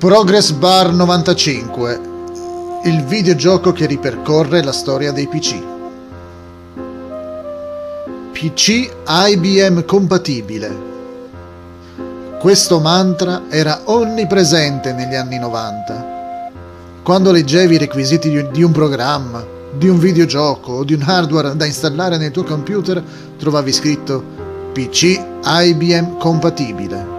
Progress Bar 95, il videogioco che ripercorre la storia dei PC. PC IBM compatibile. Questo mantra era onnipresente negli anni 90. Quando leggevi i requisiti di un programma, di un videogioco o di un hardware da installare nel tuo computer, trovavi scritto PC IBM compatibile.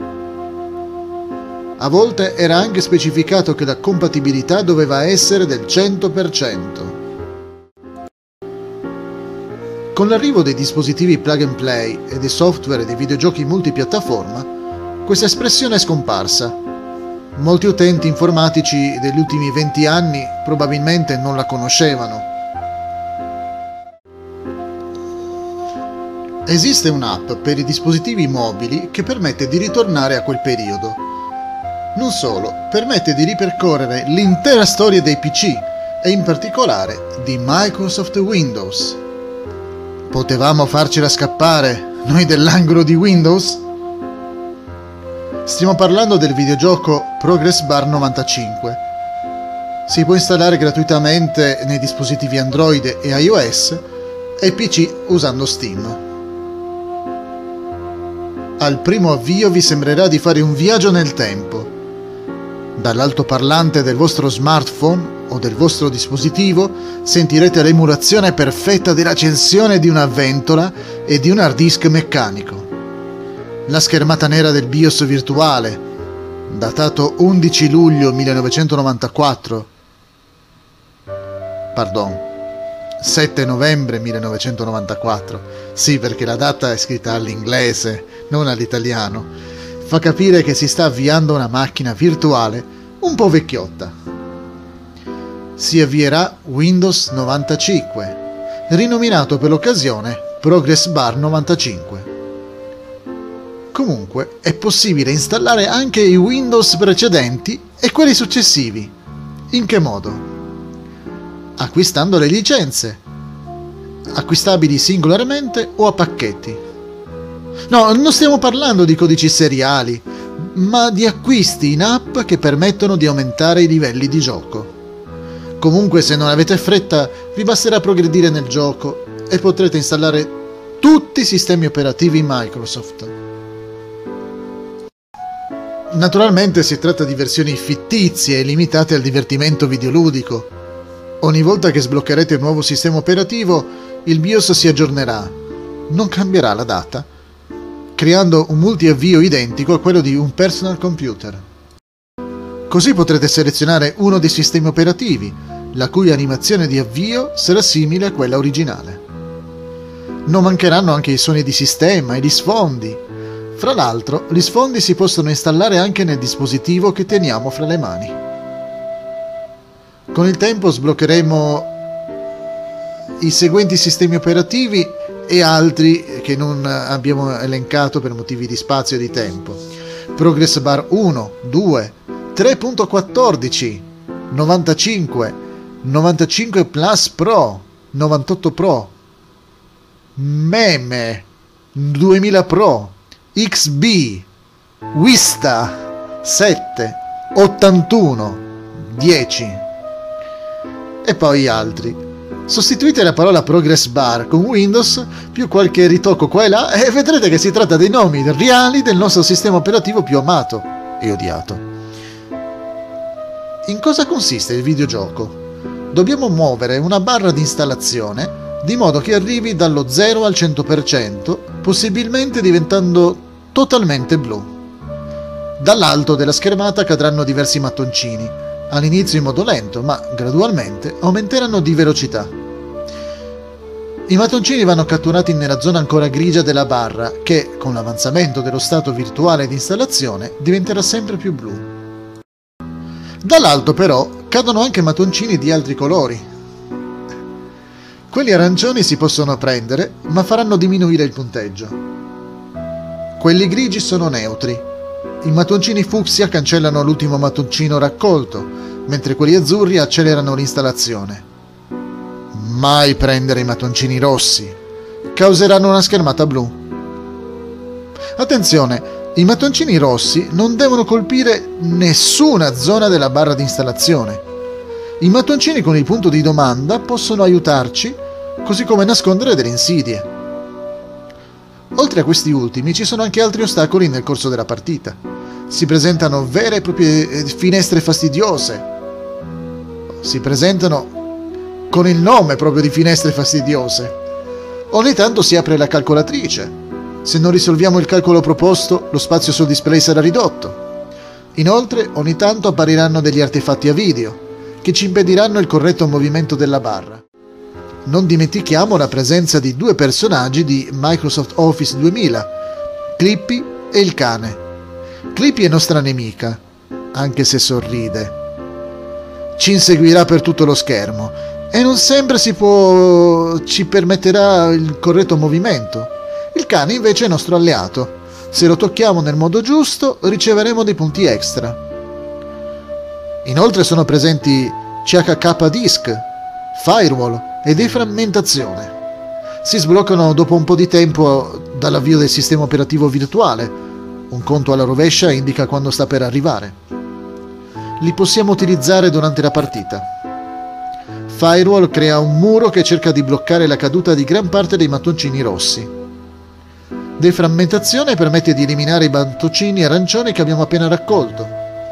A volte era anche specificato che la compatibilità doveva essere del 100%. Con l'arrivo dei dispositivi plug and play e dei software dei videogiochi multipiattaforma, questa espressione è scomparsa. Molti utenti informatici degli ultimi 20 anni probabilmente non la conoscevano. Esiste un'app per i dispositivi mobili che permette di ritornare a quel periodo. Non solo, permette di ripercorrere l'intera storia dei PC e in particolare di Microsoft Windows. Potevamo farcela scappare, noi dell'angolo di Windows? Stiamo parlando del videogioco Progress Bar 95. Si può installare gratuitamente nei dispositivi Android e iOS e PC usando Steam. Al primo avvio vi sembrerà di fare un viaggio nel tempo. Dall'altoparlante del vostro smartphone o del vostro dispositivo sentirete l'emulazione perfetta dell'accensione di una ventola e di un hard disk meccanico. La schermata nera del BIOS virtuale, datato 11 luglio 1994, 7 novembre 1994, sì, perché la data è scritta all'inglese, non all'italiano, fa capire che si sta avviando una macchina virtuale un po' vecchiotta. Si avvierà Windows 95, rinominato per l'occasione Progress Bar 95. Comunque è possibile installare anche i Windows precedenti e quelli successivi. In che modo? Acquistando le licenze, acquistabili singolarmente o a pacchetti. No, non stiamo parlando di codici seriali, ma di acquisti in app che permettono di aumentare i livelli di gioco. Comunque, se non avete fretta, vi basterà progredire nel gioco e potrete installare tutti i sistemi operativi Microsoft. Naturalmente si tratta di versioni fittizie e limitate al divertimento videoludico. Ogni volta che sbloccherete un nuovo sistema operativo, il BIOS si aggiornerà. Non cambierà la data, creando un multiavvio identico a quello di un personal computer. Così potrete selezionare uno dei sistemi operativi, la cui animazione di avvio sarà simile a quella originale. Non mancheranno anche i suoni di sistema e gli sfondi. Fra l'altro, gli sfondi si possono installare anche nel dispositivo che teniamo fra le mani. Con il tempo sbloccheremo i seguenti sistemi operativi e altri che non abbiamo elencato per motivi di spazio e di tempo. Progress Bar 1, 2, 3.14, 95, 95 Plus Pro, 98 Pro, Meme, 2000 Pro, XB, Vista, 7, 81, 10 e poi altri. Sostituite la parola Progress Bar con Windows più qualche ritocco qua e là e vedrete che si tratta dei nomi reali del nostro sistema operativo più amato e odiato. In cosa consiste il videogioco? Dobbiamo muovere una barra di installazione di modo che arrivi dallo 0 al 100%, possibilmente diventando totalmente blu. Dall'alto della schermata cadranno diversi mattoncini, all'inizio in modo lento, ma gradualmente aumenteranno di velocità. I mattoncini vanno catturati nella zona ancora grigia della barra, che, con l'avanzamento dello stato virtuale di installazione, diventerà sempre più blu. Dall'alto, però, cadono anche mattoncini di altri colori. Quelli arancioni si possono prendere, ma faranno diminuire il punteggio. Quelli grigi sono neutri. I mattoncini fucsia cancellano l'ultimo mattoncino raccolto, mentre quelli azzurri accelerano l'installazione. Mai prendere i mattoncini rossi, causeranno una schermata blu. Attenzione, i mattoncini rossi non devono colpire nessuna zona della barra di installazione. I mattoncini con il punto di domanda possono aiutarci, così come nascondere delle insidie. Oltre a questi ultimi ci sono anche altri ostacoli nel corso della partita. Si presentano vere e proprie finestre fastidiose. Si presentano con il nome proprio di finestre fastidiose. Ogni tanto si apre la calcolatrice. Se non risolviamo il calcolo proposto, lo spazio sul display sarà ridotto. Inoltre, ogni tanto appariranno degli artefatti a video, che ci impediranno il corretto movimento della barra. Non dimentichiamo la presenza di 2 personaggi di Microsoft Office 2000, Clippy e il cane. Clippy è nostra nemica, anche se sorride. Ci inseguirà per tutto lo schermo e non sempre ci permetterà il corretto movimento. Il cane invece è nostro alleato. Se lo tocchiamo nel modo giusto, riceveremo dei punti extra. Inoltre sono presenti CHK Disk, Firewall e deframmentazione. Si sbloccano dopo un po' di tempo dall'avvio del sistema operativo virtuale. Un conto alla rovescia indica quando sta per arrivare. Li possiamo utilizzare durante la partita. Firewall crea un muro che cerca di bloccare la caduta di gran parte dei mattoncini rossi. Deframmentazione permette di eliminare i mattoncini arancioni che abbiamo appena raccolto.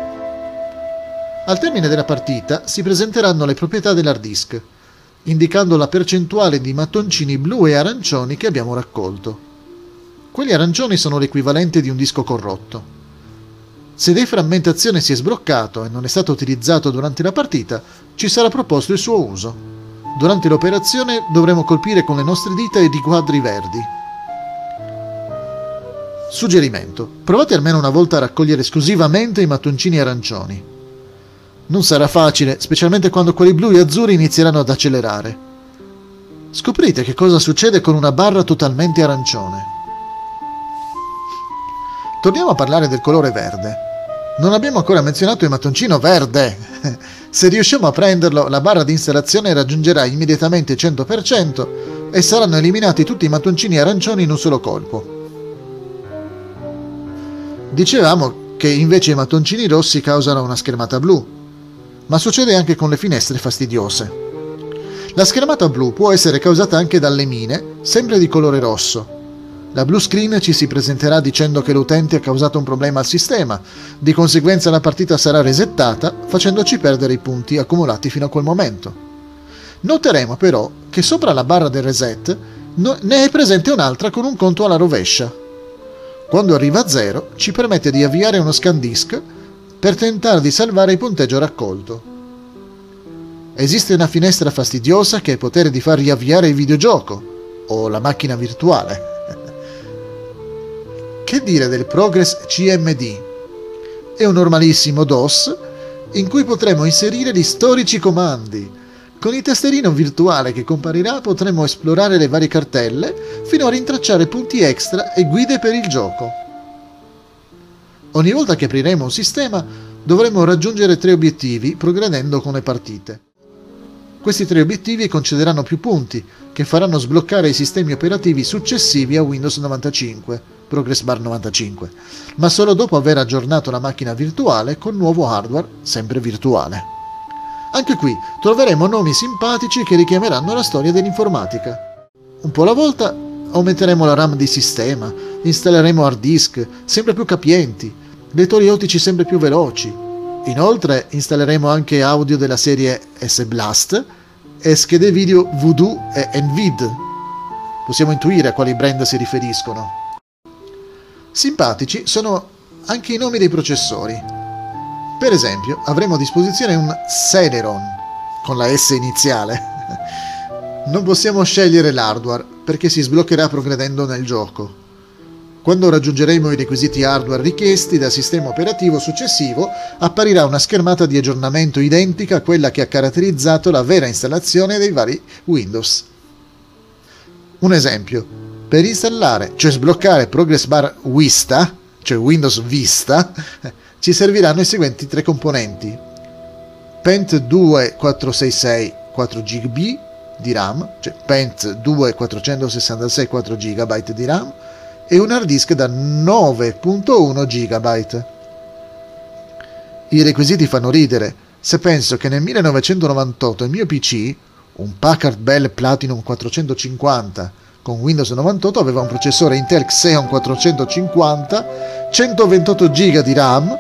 Al termine della partita si presenteranno le proprietà dell'hard disk, indicando la percentuale di mattoncini blu e arancioni che abbiamo raccolto. Quelli arancioni sono l'equivalente di un disco corrotto. Se deframmentazione si è sbloccato e non è stato utilizzato durante la partita, ci sarà proposto il suo uso. Durante l'operazione dovremo colpire con le nostre dita i riquadri verdi. Suggerimento: provate almeno una volta a raccogliere esclusivamente i mattoncini arancioni. Non sarà facile, specialmente quando quelli blu e azzurri inizieranno ad accelerare. Scoprite che cosa succede con una barra totalmente arancione. Torniamo a parlare del colore verde. Non abbiamo ancora menzionato il mattoncino verde. Se riusciamo a prenderlo, la barra di installazione raggiungerà immediatamente il 100% e saranno eliminati tutti i mattoncini arancioni in un solo colpo. Dicevamo che invece i mattoncini rossi causano una schermata blu, ma succede anche con le finestre fastidiose. La schermata blu può essere causata anche dalle mine, sempre di colore rosso. La blue screen ci si presenterà dicendo che l'utente ha causato un problema al sistema, di conseguenza la partita sarà resettata, facendoci perdere i punti accumulati fino a quel momento. Noteremo però che sopra la barra del reset ne è presente un'altra con un conto alla rovescia. Quando arriva a 0 ci permette di avviare uno scan disk per tentare di salvare il punteggio raccolto. Esiste una finestra fastidiosa che ha il potere di far riavviare il videogioco o la macchina virtuale. Che dire del Progress CMD? È un normalissimo DOS in cui potremo inserire gli storici comandi. Con il tasterino virtuale che comparirà potremo esplorare le varie cartelle fino a rintracciare punti extra e guide per il gioco. Ogni volta che apriremo un sistema dovremo raggiungere 3 obiettivi progredendo con le partite. Questi 3 obiettivi concederanno più punti che faranno sbloccare i sistemi operativi successivi a Windows 95, Progress Bar 95, ma solo dopo aver aggiornato la macchina virtuale con nuovo hardware sempre virtuale. Anche qui troveremo nomi simpatici che richiameranno la storia dell'informatica. Un po' alla volta aumenteremo la RAM di sistema, installeremo hard disk sempre più capienti, lettori ottici sempre più veloci. Inoltre installeremo anche audio della serie S-Blast e schede video Voodoo e NVID. Possiamo intuire a quali brand si riferiscono. Simpatici sono anche i nomi dei processori. Per esempio, avremo a disposizione un Celeron, con la S iniziale. Non possiamo scegliere l'hardware, perché si sbloccherà progredendo nel gioco. Quando raggiungeremo i requisiti hardware richiesti dal sistema operativo successivo, apparirà una schermata di aggiornamento identica a quella che ha caratterizzato la vera installazione dei vari Windows. Un esempio: per installare, cioè sbloccare Progress Bar Vista, cioè Windows Vista, ci serviranno i seguenti 3 componenti: Pent 2466 4 GB di RAM, cioè Pent 2466 4 GB di RAM, e un hard disk da 9.1 GB. I requisiti fanno ridere, se penso che nel 1998 il mio PC, un Packard Bell Platinum 450 con Windows 98, aveva un processore Intel Xeon 450, 128 GB di RAM,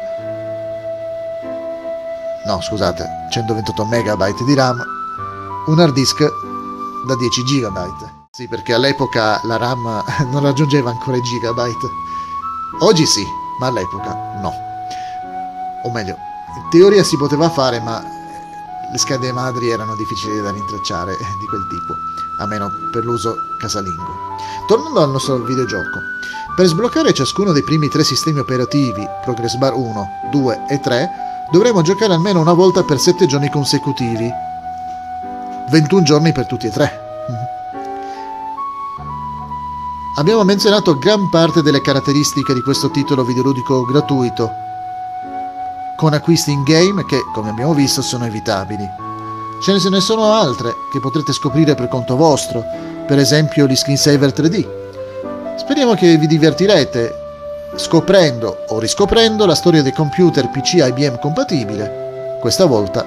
no scusate, 128 MB di RAM, un hard disk da 10 GB. Sì, perché all'epoca la RAM non raggiungeva ancora i gigabyte. Oggi sì, ma all'epoca no. O meglio, in teoria si poteva fare, ma le schede madri erano difficili da rintracciare di quel tipo, a meno per l'uso casalingo. Tornando al nostro videogioco, per sbloccare ciascuno dei primi 3 sistemi operativi, Progress Bar 1, 2 e 3, dovremo giocare almeno una volta per 7 giorni consecutivi. 21 giorni per tutti e 3. Abbiamo menzionato gran parte delle caratteristiche di questo titolo videoludico gratuito, con acquisti in game che, come abbiamo visto, sono evitabili. Ce ne sono altre che potrete scoprire per conto vostro, per esempio gli screensaver 3D. Speriamo che vi divertirete scoprendo o riscoprendo la storia dei computer PC IBM compatibile, questa volta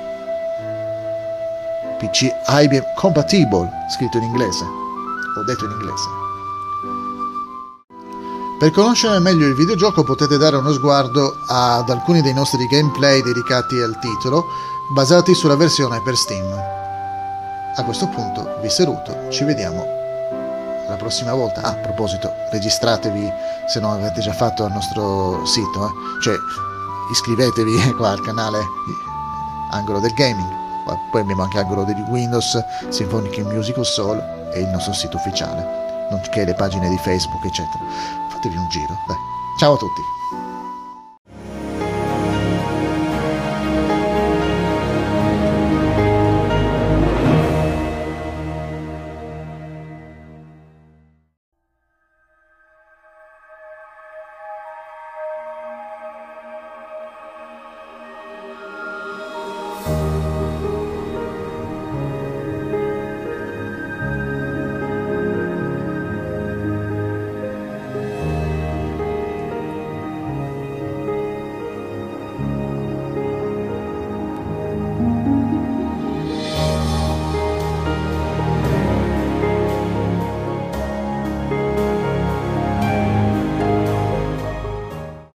PC IBM Compatible, scritto in inglese, o detto in inglese. Per conoscere meglio il videogioco potete dare uno sguardo ad alcuni dei nostri gameplay dedicati al titolo, basati sulla versione per Steam. A questo punto vi saluto, ci vediamo la prossima volta. A proposito, registratevi se non avete già fatto al nostro sito, cioè iscrivetevi qua al canale Angolo del Gaming. Poi abbiamo anche Angolo di Windows, Symphonic Musical Soul e il nostro sito ufficiale, nonché le pagine di Facebook eccetera. Fatevi un giro, dai. Ciao a tutti.